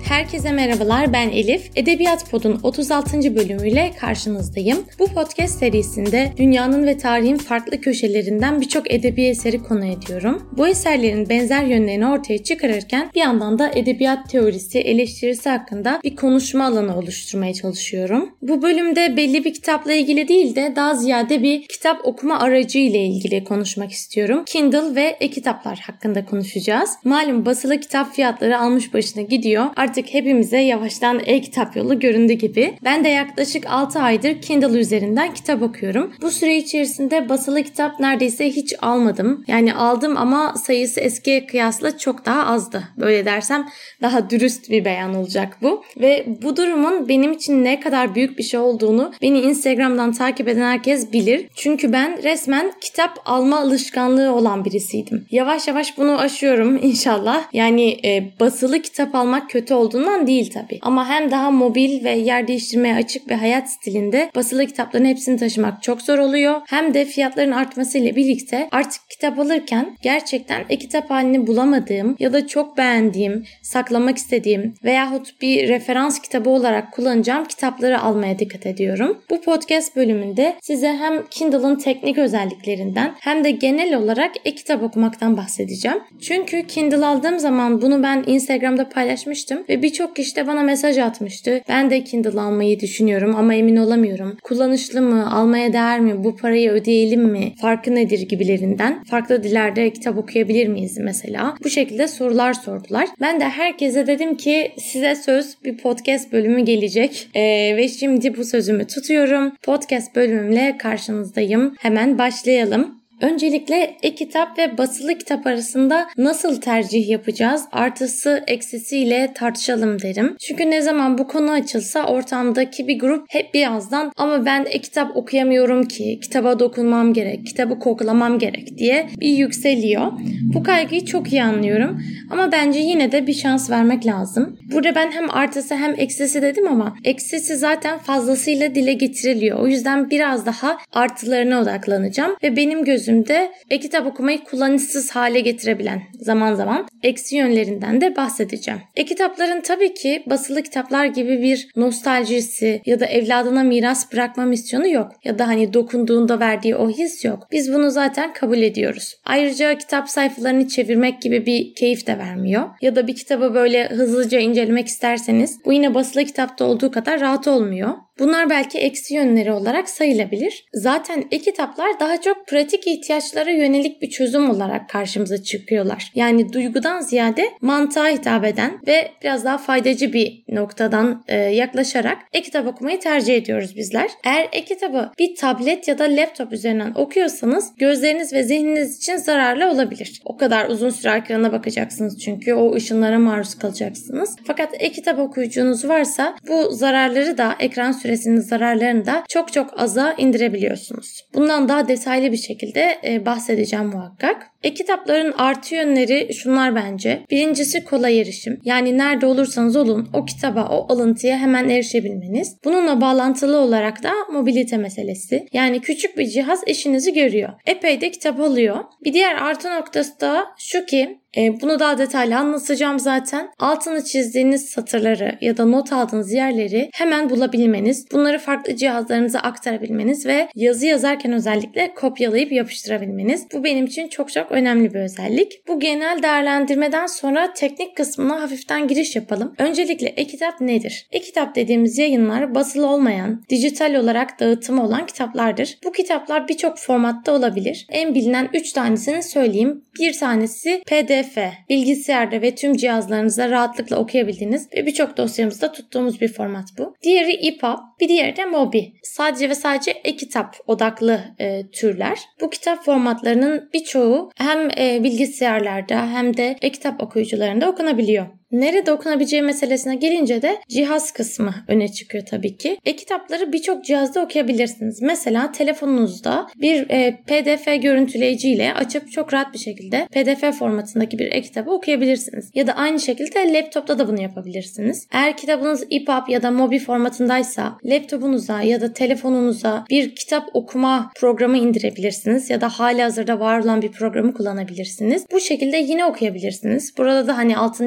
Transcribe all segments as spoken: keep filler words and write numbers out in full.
Herkese merhabalar, ben Elif. Edebiyat Pod'un otuz altıncı bölümüyle karşınızdayım. Bu podcast serisinde dünyanın ve tarihin farklı köşelerinden birçok edebi eseri konu ediyorum. Bu eserlerin benzer yönlerini ortaya çıkarırken bir yandan da edebiyat teorisi, eleştirisi hakkında bir konuşma alanı oluşturmaya çalışıyorum. Bu bölümde belli bir kitapla ilgili değil de daha ziyade bir kitap okuma aracı ile ilgili konuşmak istiyorum. Kindle ve e-kitaplar hakkında konuşacağız. Malum basılı kitap fiyatları almış başına gidiyor. Artık hepimize yavaştan e-kitap yolu göründü gibi. Ben de yaklaşık altı aydır Kindle üzerinden kitap okuyorum. Bu süre içerisinde basılı kitap neredeyse hiç almadım. Yani aldım ama sayısı eskiye kıyasla çok daha azdı. Böyle dersem daha dürüst bir beyan olacak bu. Ve bu durumun benim için ne kadar büyük bir şey olduğunu beni Instagram'dan takip eden herkes bilir. Çünkü ben resmen kitap alma alışkanlığı olan birisiydim. Yavaş yavaş bunu aşıyorum inşallah. Yani e, basılı kitap almak kötü olduğundan değil tabii. Ama hem daha mobil ve yer değiştirmeye açık bir hayat stilinde basılı kitapların hepsini taşımak çok zor oluyor. Hem de fiyatların artmasıyla birlikte artık kitap alırken gerçekten e-kitap halini bulamadığım ya da çok beğendiğim, saklamak istediğim veyahut bir referans kitabı olarak kullanacağım kitapları almaya dikkat ediyorum. Bu podcast bölümünde size hem Kindle'ın teknik özelliklerinden hem de genel olarak e-kitap okumaktan bahsedeceğim. Çünkü Kindle aldığım zaman bunu ben Instagram'da paylaşmıştım ve birçok kişi de bana mesaj atmıştı. Ben de Kindle almayı düşünüyorum ama emin olamıyorum. Kullanışlı mı? Almaya değer mi? Bu parayı ödeyelim mi? Farkı nedir gibilerinden. Farklı dillerde kitap okuyabilir miyiz mesela? Bu şekilde sorular sordular. Ben de herkese dedim ki size söz bir podcast bölümü gelecek. Ee, ve şimdi bu sözümü tutuyorum. Podcast bölümümle karşınızdayım. Hemen başlayalım. Öncelikle e-kitap ve basılı kitap arasında nasıl tercih yapacağız? Artısı eksisiyle tartışalım derim. Çünkü ne zaman bu konu açılsa ortamdaki bir grup hep birazdan ama ben e-kitap okuyamıyorum ki, kitaba dokunmam gerek, kitabı koklamam gerek diye bir yükseliyor. Bu kaygıyı çok iyi anlıyorum ama bence yine de bir şans vermek lazım. Burada ben hem artısı hem eksisi dedim ama eksisi zaten fazlasıyla dile getiriliyor. O yüzden biraz daha artılarına odaklanacağım ve benim gözüm de e-kitap okumayı kullanışsız hale getirebilen zaman zaman eksi yönlerinden de bahsedeceğim. E-kitapların tabii ki basılı kitaplar gibi bir nostaljisi ya da evladına miras bırakma misyonu yok. Ya da hani dokunduğunda verdiği o his yok. Biz bunu zaten kabul ediyoruz. Ayrıca kitap sayfalarını çevirmek gibi bir keyif de vermiyor. Ya da bir kitabı böyle hızlıca incelemek isterseniz bu yine basılı kitapta olduğu kadar rahat olmuyor. Bunlar belki eksi yönleri olarak sayılabilir. Zaten e-kitaplar daha çok pratik ihtiyaçlara yönelik bir çözüm olarak karşımıza çıkıyorlar. Yani duygudan ziyade mantığa hitap eden ve biraz daha faydacı bir noktadan e, yaklaşarak e-kitap okumayı tercih ediyoruz bizler. Eğer e-kitabı bir tablet ya da laptop üzerinden okuyorsanız gözleriniz ve zihniniz için zararlı olabilir. O kadar uzun süre ekrana bakacaksınız çünkü o ışınlara maruz kalacaksınız. Fakat e-kitap okuyucunuz varsa bu zararları da ekran süresinin zararlarını da çok çok aza indirebiliyorsunuz. Bundan daha detaylı bir şekilde e, bahsedeceğim muhakkak. E-kitapların artı yönleri şunlar bence. Birincisi kolay erişim. Yani nerede olursanız olun o kitaba, o alıntıya hemen erişebilmeniz. Bununla bağlantılı olarak da mobilite meselesi. Yani küçük bir cihaz işinizi görüyor. Epey de kitap alıyor. Bir diğer artı noktası da şu ki E, bunu daha detaylı anlatacağım zaten. Altını çizdiğiniz satırları ya da not aldığınız yerleri hemen bulabilmeniz, bunları farklı cihazlarınıza aktarabilmeniz ve yazı yazarken özellikle kopyalayıp yapıştırabilmeniz. Bu benim için çok çok önemli bir özellik. Bu genel değerlendirmeden sonra teknik kısmına hafiften giriş yapalım. Öncelikle e-kitap nedir? E-kitap dediğimiz yayınlar basılı olmayan, dijital olarak dağıtımı olan kitaplardır. Bu kitaplar birçok formatta olabilir. En bilinen üç tanesini söyleyeyim. Bir tanesi P D F, bilgisayarda ve tüm cihazlarınızda rahatlıkla okuyabildiğiniz ve birçok dosyamızda tuttuğumuz bir format bu. Diğeri E P U B, bir diğeri de Mobi. Sadece ve sadece e-kitap odaklı e, türler. Bu kitap formatlarının birçoğu hem e, bilgisayarlarda hem de e-kitap okuyucularında okunabiliyor. Nerede okunabileceği meselesine gelince de cihaz kısmı öne çıkıyor tabii ki. E-kitapları birçok cihazda okuyabilirsiniz. Mesela telefonunuzda bir e, P D F görüntüleyiciyle açıp çok rahat bir şekilde P D F formatındaki bir e-kitabı okuyabilirsiniz. Ya da aynı şekilde laptopta da bunu yapabilirsiniz. Eğer kitabınız E P U B ya da Mobi formatındaysa laptopunuza ya da telefonunuza bir kitap okuma programı indirebilirsiniz ya da halihazırda var olan bir programı kullanabilirsiniz. Bu şekilde yine okuyabilirsiniz. Burada da hani altını çizebiliyorum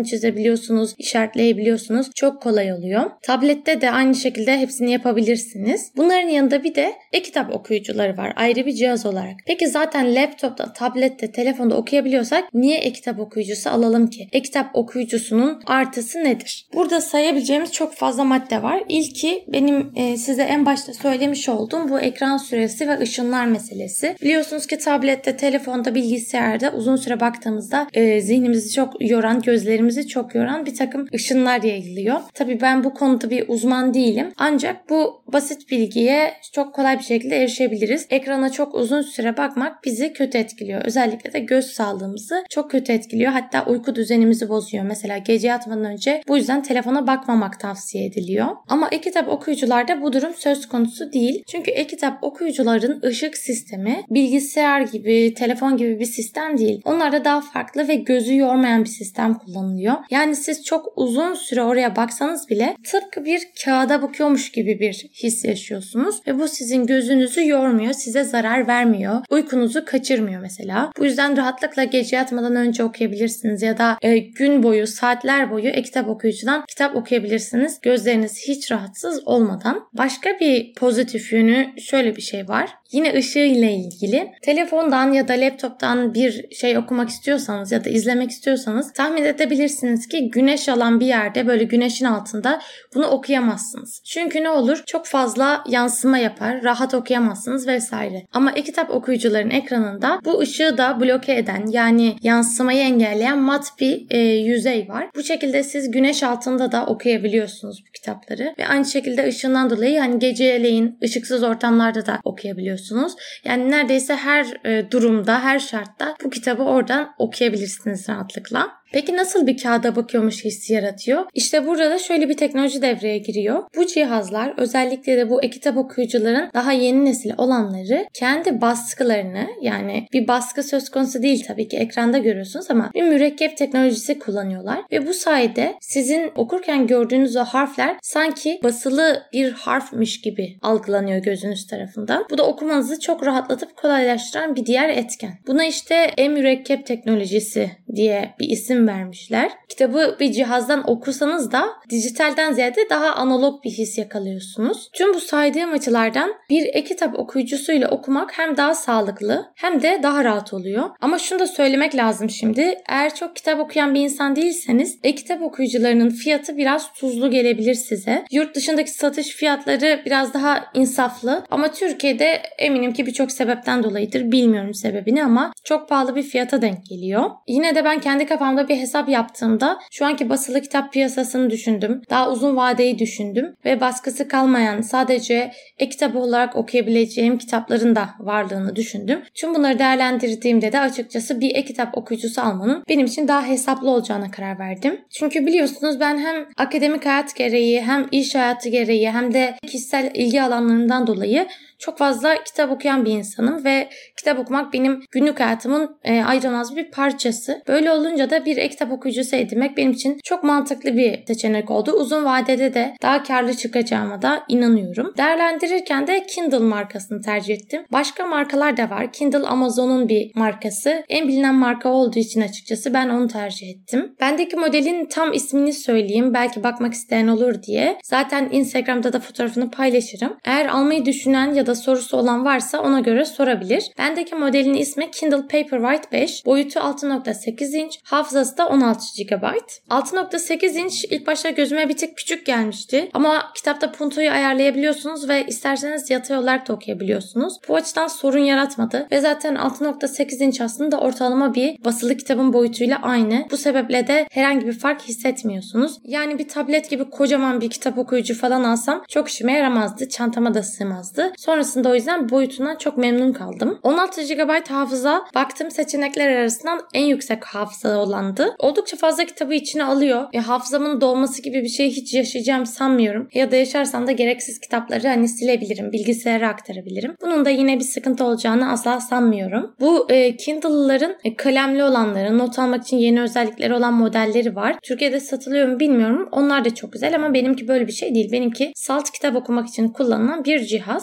okuyabiliyorsunuz, işaretleyebiliyorsunuz. Çok kolay oluyor. Tablette de aynı şekilde hepsini yapabilirsiniz. Bunların yanında bir de e-kitap okuyucuları var ayrı bir cihaz olarak. Peki zaten laptopta, tablette, telefonda okuyabiliyorsak niye e-kitap okuyucusu alalım ki? E-kitap okuyucusunun artısı nedir? Burada sayabileceğimiz çok fazla madde var. İlki benim e, size en başta söylemiş olduğum bu ekran süresi ve ışınlar meselesi. Biliyorsunuz ki tablette, telefonda, bilgisayarda uzun süre baktığımızda e, zihnimizi çok yoran, gözlerimizi çok yoran bir takım ışınlar yayılıyor. Tabii ben bu konuda bir uzman değilim. Ancak bu basit bilgiye çok kolay bir şekilde erişebiliriz. Ekrana çok uzun süre bakmak bizi kötü etkiliyor. Özellikle de göz sağlığımızı çok kötü etkiliyor. Hatta uyku düzenimizi bozuyor. Mesela gece yatmadan önce bu yüzden telefona bakmamak tavsiye ediliyor. Ama e-kitap okuyucularda bu durum söz konusu değil. Çünkü e-kitap okuyucuların ışık sistemi bilgisayar gibi, telefon gibi bir sistem değil. Onlarda daha farklı ve gözü yormayan bir sistem kullanılıyor. Yani siz çok uzun süre oraya baksanız bile tıpkı bir kağıda bakıyormuş gibi bir his yaşıyorsunuz ve bu sizin gözünüzü yormuyor, size zarar vermiyor, uykunuzu kaçırmıyor mesela. Bu yüzden rahatlıkla gece yatmadan önce okuyabilirsiniz ya da e, gün boyu, saatler boyu e-kitap okuyucudan kitap okuyabilirsiniz. Gözleriniz hiç rahatsız olmadan. Başka bir pozitif yönü şöyle bir şey var. Yine ışığı ile ilgili. Telefondan ya da laptoptan bir şey okumak istiyorsanız ya da izlemek istiyorsanız tahmin edebilirsiniz ki güneş alan bir yerde böyle güneşin altında bunu okuyamazsınız. Çünkü ne olur? Çok fazla yansıma yapar, rahat okuyamazsınız vesaire. Ama e-kitap okuyucuların ekranında bu ışığı da bloke eden yani yansımayı engelleyen mat bir e, yüzey var. Bu şekilde siz güneş altında da okuyabiliyorsunuz bu kitapları ve aynı şekilde ışığından dolayı hani geceleyin ışıksız ortamlarda da okuyabiliyorsunuz. Yani neredeyse her e, durumda, her şartta bu kitabı oradan okuyabilirsiniz rahatlıkla. Peki nasıl bir kağıda bakıyormuş hissi yaratıyor? İşte burada da şöyle bir teknoloji devreye giriyor. Bu cihazlar özellikle de bu e-kitap okuyucuların daha yeni nesil olanları kendi baskılarını yani bir baskı söz konusu değil tabii ki ekranda görüyorsunuz ama bir mürekkep teknolojisi kullanıyorlar. Ve bu sayede sizin okurken gördüğünüz o harfler sanki basılı bir harfmiş gibi algılanıyor gözünüz tarafından. Bu da okumanızı çok rahatlatıp kolaylaştıran bir diğer etken. Buna işte e-mürekkep teknolojisi diye bir isim vermişler. Kitabı bir cihazdan okursanız da dijitalden ziyade daha analog bir his yakalıyorsunuz. Tüm bu saydığım açılardan bir e-kitap okuyucusuyla okumak hem daha sağlıklı hem de daha rahat oluyor. Ama şunu da söylemek lazım şimdi. Eğer çok kitap okuyan bir insan değilseniz e-kitap okuyucularının fiyatı biraz tuzlu gelebilir size. Yurt dışındaki satış fiyatları biraz daha insaflı ama Türkiye'de eminim ki birçok sebepten dolayıdır. Bilmiyorum sebebini ama çok pahalı bir fiyata denk geliyor. Yine de ben kendi kafamda bir hesap yaptığımda şu anki basılı kitap piyasasını düşündüm. Daha uzun vadeyi düşündüm ve baskısı kalmayan sadece e-kitap olarak okuyabileceğim kitapların da varlığını düşündüm. Tüm bunları değerlendirdiğimde de açıkçası bir e-kitap okuyucusu almanın benim için daha hesaplı olacağına karar verdim. Çünkü biliyorsunuz ben hem akademik hayat gereği hem iş hayatı gereği hem de kişisel ilgi alanlarımdan dolayı çok fazla kitap okuyan bir insanım ve kitap okumak benim günlük hayatımın e, ayrılmaz bir parçası. Böyle olunca da bir e-kitap okuyucusu edinmek benim için çok mantıklı bir seçenek oldu. Uzun vadede de daha karlı çıkacağıma da inanıyorum. Değerlendirirken de Kindle markasını tercih ettim. Başka markalar da var. Kindle Amazon'un bir markası. En bilinen marka olduğu için açıkçası ben onu tercih ettim. Bendeki modelin tam ismini söyleyeyim. Belki bakmak isteyen olur diye. Zaten Instagram'da da fotoğrafını paylaşırım. Eğer almayı düşünen ya da sorusu olan varsa ona göre sorabilir. Bendeki modelin ismi Kindle Paperwhite beş. Boyutu altı nokta sekiz inç. Hafızası da on altı gigabayt. altı nokta sekiz inç ilk başta gözüme bir tık küçük gelmişti. Ama kitapta puntoyu ayarlayabiliyorsunuz ve isterseniz yatay olarak da okuyabiliyorsunuz. Bu açıdan sorun yaratmadı. Ve zaten altı nokta sekiz inç aslında ortalama bir basılı kitabın boyutuyla aynı. Bu sebeple de herhangi bir fark hissetmiyorsunuz. Yani bir tablet gibi kocaman bir kitap okuyucu falan alsam çok işime yaramazdı. Çantama da sığmazdı. Sonrasında o yüzden boyutundan çok memnun kaldım. on altı gigabayt hafıza baktığım seçenekler arasından en yüksek hafıza olandı. Oldukça fazla kitabı içine alıyor. E, hafızamın dolması gibi bir şey hiç yaşayacağım sanmıyorum. Ya da yaşarsam da gereksiz kitapları hani silebilirim, bilgisayara aktarabilirim. Bunun da yine bir sıkıntı olacağını asla sanmıyorum. Bu e, Kindle'ların e, kalemli olanları, not almak için yeni özellikleri olan modelleri var. Türkiye'de satılıyor mu bilmiyorum. Onlar da çok güzel ama benimki böyle bir şey değil. Benimki salt kitap okumak için kullanılan bir cihaz. Şimdi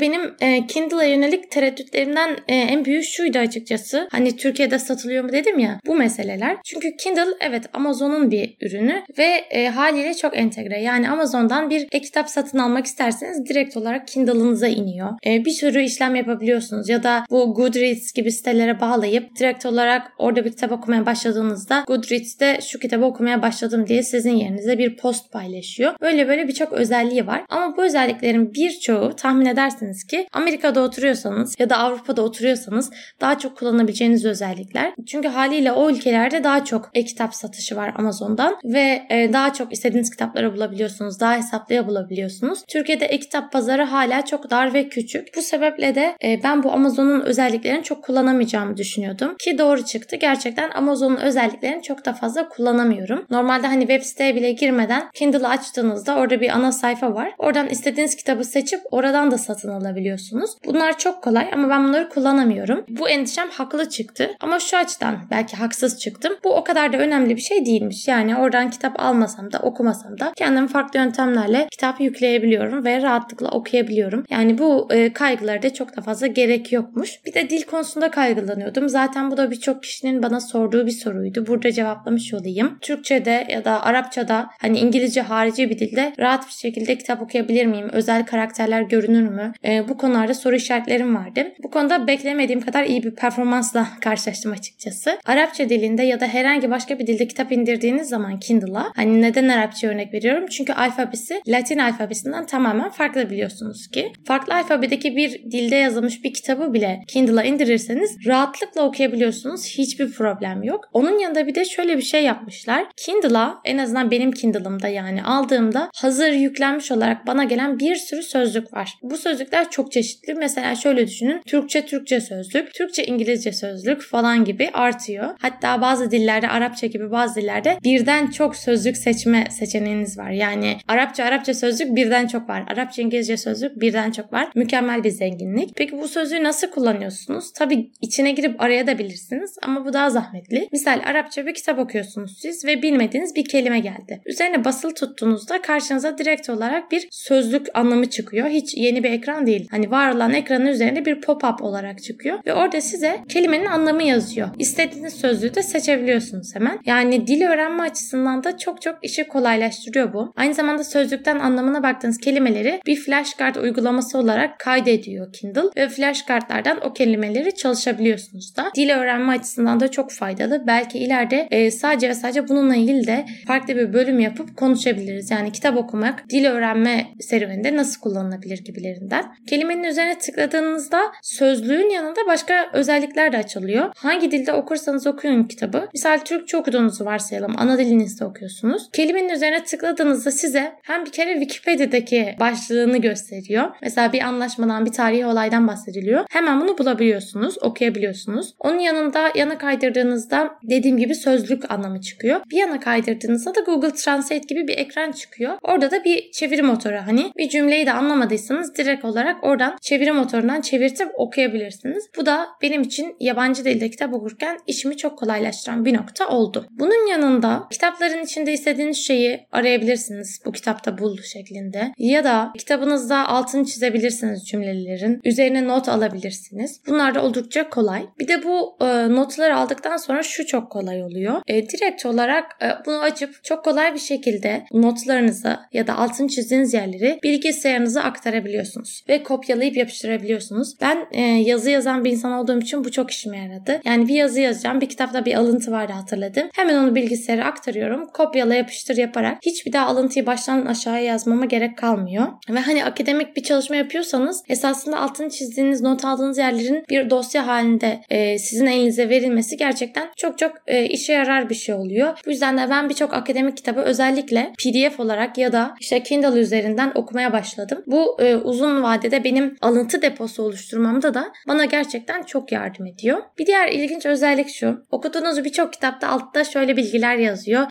Şimdi benim e, Kindle'a yönelik tereddütlerimden e, en büyüğü şuydu açıkçası. Hani Türkiye'de satılıyor mu dedim ya, bu meseleler. Çünkü Kindle evet Amazon'un bir ürünü ve e, haliyle çok entegre. Yani Amazon'dan bir e-kitap satın almak isterseniz direkt olarak Kindle'ınıza iniyor. E, bir sürü işlem yapabiliyorsunuz ya da bu Goodreads gibi sitelere bağlayıp direkt olarak orada bir kitap okumaya başladığınızda Goodreads'te şu kitabı okumaya başladım diye sizin yerinize bir post paylaşıyor. Böyle böyle birçok özelliği var. Ama bu özelliklerin birçoğu tahmin edersiniz ki Amerika'da oturuyorsanız ya da Avrupa'da oturuyorsanız daha çok kullanabileceğiniz özellikler. Çünkü haliyle o ülkelerde daha çok e-kitap satışı var Amazon'dan ve daha çok istediğiniz kitapları bulabiliyorsunuz. Daha hesaplıya bulabiliyorsunuz. Türkiye'de e-kitap pazarı hala çok dar ve küçük. Bu sebeple de ben bu Amazon'un özelliklerini çok kullanamayacağımı düşünüyordum. Ki doğru çıktı. Gerçekten Amazon'un özelliklerini çok da fazla kullanamıyorum. Normalde hani web siteye bile girmeden Kindle'ı açtığınızda orada bir ana sayfa var. Oradan istediğiniz kitabı seçip oradan da satın alabiliyorsunuz. Bunlar çok kolay ama ben bunları kullanamıyorum. Bu endişem haklı çıktı. Ama şu açıdan belki haksız çıktım. Bu o kadar da önemli bir şey değilmiş. Yani oradan kitap almasam da okumasam da kendim farklı yöntemlerle kitap yükleyebiliyorum ve rahatlıkla okuyabiliyorum. Yani bu e, kaygılara da çok da fazla gerek yokmuş. Bir de dil konusunda kaygılanıyordum. Zaten bu da birçok kişinin bana sorduğu bir soruydu. Burada cevaplamış olayım. Türkçe'de ya da Arapça'da hani İngilizce harici bir dilde rahat bir şekilde kitap okuyabilir miyim? Özel karakterler görünür mü? E, bu konularda soru işaretlerim vardı. Bu konuda beklemediğim kadar iyi bir performansla karşılaştım açıkçası. Arapça dilinde ya da herhangi başka bir dilde kitap indirdiğiniz zaman Kindle'a, hani neden Arapça örnek veriyorum? Çünkü alfabesi Latin alfabesinden tamamen farklı biliyorsunuz ki. Farklı alfabedeki bir dilde yazılmış bir kitabı bile Kindle'a indirirseniz rahatlıkla okuyabiliyorsunuz. Hiçbir problem yok. Onun yanında bir de şöyle bir şey yapmışlar. Kindle'a, en azından benim Kindle'ımda yani aldığımda hazır yüklenmiş olarak bana gelen bir sürü sözlük var. Bu sözlükler çok çeşitli. Mesela şöyle düşünün. Türkçe Türkçe sözlük, Türkçe İngilizce sözlük falan gibi artıyor. Hatta bazı dillerde, Arapça gibi bazı dillerde birden çok sözlük seçme seçeneğiniz var. Yani Arapça Arapça sözlük birden çok var. Arapça İngilizce sözlük birden çok var. Mükemmel bir zenginlik. Peki bu sözlüğü nasıl kullanıyorsunuz? Tabii içine girip arayabilirsiniz ama bu daha zahmetli. Misal Arapça bir kitap okuyorsunuz siz ve bilmediğiniz bir kelime geldi. Üzerine basılı tuttuğunuzda karşınıza direkt olarak bir sözlük anlamı çıkıyor. Hiç yeni bir ekran değil. Hani var olan ekranın üzerinde bir pop-up olarak çıkıyor ve orada size kelimenin anlamı yazıyor. İstediğiniz sözlüğü de seçebiliyorsunuz hemen. Yani dil öğrenme açısından da çok çok işi kolaylaştırıyor bu. Aynı zamanda sözlükten anlamına baktığınız kelimeleri bir flashcard uygulaması olarak kaydediyor Kindle ve flashcardlardan o kelimeleri çalışabiliyorsunuz da. Dil öğrenme açısından da çok faydalı. Belki ileride e, sadece ve sadece bununla ilgili de farklı bir bölüm yapıp konuşabiliriz. Yani kitap okumak dil öğrenme serüveninde nasıl kullanılabilir gibilerinden. Kelimenin üzerine tıkladığınızda sözlüğün yanında başka özellikler de açılıyor. Hangi dilde okursanız okuyun kitabı. Misal Türkçe okuduğunuzu varsayalım. Ana dilinizde okuyorsunuz. Kelimenin üzerine tıkladığınızda size hem bir kere Wikipedia'daki başlığını gösteriyor. Mesela bir anlaşmadan, bir tarihi olaydan bahsediliyor. Hemen bunu bulabiliyorsunuz, okuyabiliyorsunuz. Onun yanında yana kaydırdığınızda dediğim gibi sözlük anlamı çıkıyor. Bir yana kaydırdığınızda da Google Translate gibi bir ekran çıkıyor. Orada da bir çeviri motoru, hani bir cümleyi de anlamadıysanız direkt olarak oradan çeviri motorundan çevirtip okuyabilirsiniz. Bu da benim için yabancı dilde kitap okurken işimi çok kolaylaştıran bir nokta oldu. Bunun yanında kitapların içinde istediğiniz şeyi arayabilirsiniz. Bu kitapta bul şeklinde. Ya da kitabınızda altını çizebilirsiniz cümlelerin. Üzerine not alabilirsiniz. Bunlar da oldukça kolay. Bir de bu e, notları aldıktan sonra şu çok kolay oluyor. E, direkt olarak e, bunu açıp çok kolay bir şekilde notlarınızı ya da altını çizdiğiniz yerleri bilgisayarınıza aktarabiliyorsunuz. Ve kopyalayıp yapıştırabiliyorsunuz. Ben e, yazı yazan bir insan olduğum için bu çok işime yaradı. Yani bir yazı yazacağım. Bir kitapta bir alıntı vardı hatırladım. Hemen onu bilgisayara aktarıyorum. Kopyala yapıştır yaparak hiçbir daha alıntıyı baştan aşağıya yazmama gerek kalmıyor. Ve hani akademik bir çalışma yapıyorsanız esasında altını çizdiğiniz, not aldığınız yerlerin bir dosya halinde e, sizin elinize verilmesi gerçekten çok çok e, işe yarar bir şey oluyor. Bu yüzden de ben birçok akademik kitabı özellikle P D F olarak ya da işte Kindle üzerinden okumaya başladım. Bu e, uzun vadede benim alıntı deposu oluşturmamda da bana gerçekten çok yardım ediyor. Bir diğer ilginç özellik şu. Okuduğunuz birçok kitapta altta şöyle bilgiler yazıyor. İşte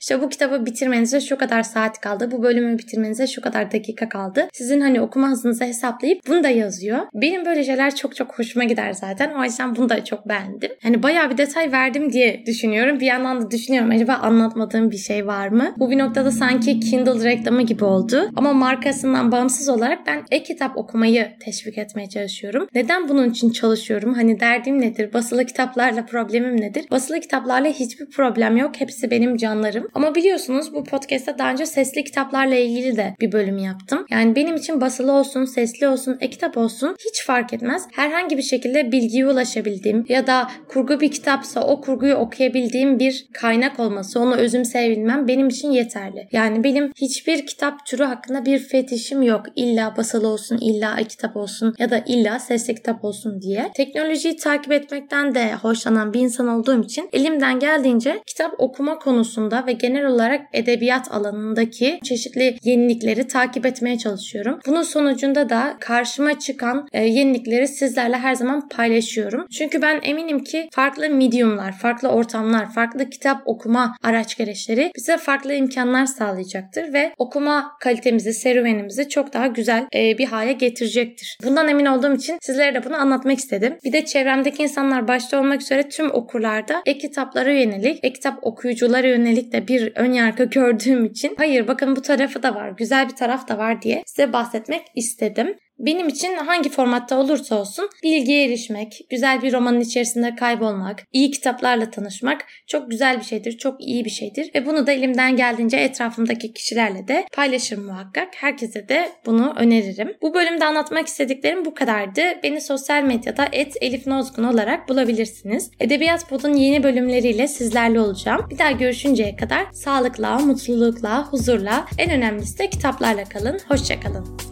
İşte bu kitabı bitirmenize şu kadar saat kaldı, bu bölümü bitirmenize şu kadar dakika kaldı. Sizin hani okuma hızınızı hesaplayıp bunu da yazıyor. Benim böyle şeyler çok çok hoşuma gider zaten. O yüzden bunu da çok beğendim. Hani bayağı bir detay verdim diye düşünüyorum. Bir yandan da düşünüyorum acaba anlatmadığım bir şey var mı? Bu bir noktada sanki Kindle reklamı gibi oldu. Ama markasından bağımsız olarak ben e-kitap okumayı teşvik etmeye çalışıyorum. Neden bunun için çalışıyorum? Hani derdim nedir? Basılı kitaplarla problemim nedir? Basılı kitaplarla hiçbir problem yok. Hepsi benim canlarım. Ama biliyorsunuz bu podcast'ta daha önce sesli kitaplarla ilgili de bir bölüm yaptım. Yani benim için basılı olsun, sesli olsun, e-kitap olsun hiç fark etmez. Herhangi bir şekilde bilgiye ulaşabildiğim ya da kurgu bir kitapsa o kurguyu okuyabildiğim bir kaynak olması, onu özümseyebilmem benim için yeterli. Yani benim hiçbir kitap türü hakkında bir fetişim yok. İlla basılı olsun, illa e-kitap olsun ya da illa sesli kitap olsun diye. Teknolojiyi takip etmekten de hoşlanan bir insan olduğum için elimden geldiğince kitap okuma konusunda ve genel olarak edebiyat alanındaki çeşitli yenilikleri takip etmeye çalışıyorum. Bunun sonucunda da karşıma çıkan e, yenilikleri sizlerle her zaman paylaşıyorum. Çünkü ben eminim ki farklı mediumlar, farklı ortamlar, farklı kitap okuma araç gereçleri bize farklı imkanlar sağlayacaktır ve okuma kalitemizi, serüvenimizi çok daha güzel e, bir hale getirecektir. Bundan emin olduğum için sizlere de bunu anlatmak istedim. Bir de çevremdeki insanlar başta olmak üzere tüm okurlarda e-kitaplara yönelik, e-kitap okuyuculara yönelik de bir önyargı gördüğüm için hayır bakın bu tarafı da var, güzel bir taraf da var diye size bahsetmek istedim. Benim için hangi formatta olursa olsun bilgiye erişmek, güzel bir romanın içerisinde kaybolmak, iyi kitaplarla tanışmak çok güzel bir şeydir, çok iyi bir şeydir. Ve bunu da elimden geldiğince etrafımdaki kişilerle de paylaşırım muhakkak. Herkese de bunu öneririm. Bu bölümde anlatmak istediklerim bu kadardı. Beni sosyal medyada et elif nozgun olarak bulabilirsiniz. Edebiyat Pod'un yeni bölümleriyle sizlerle olacağım. Bir daha görüşünceye kadar sağlıkla, mutlulukla, huzurla, en önemlisi de kitaplarla kalın. Hoşça kalın.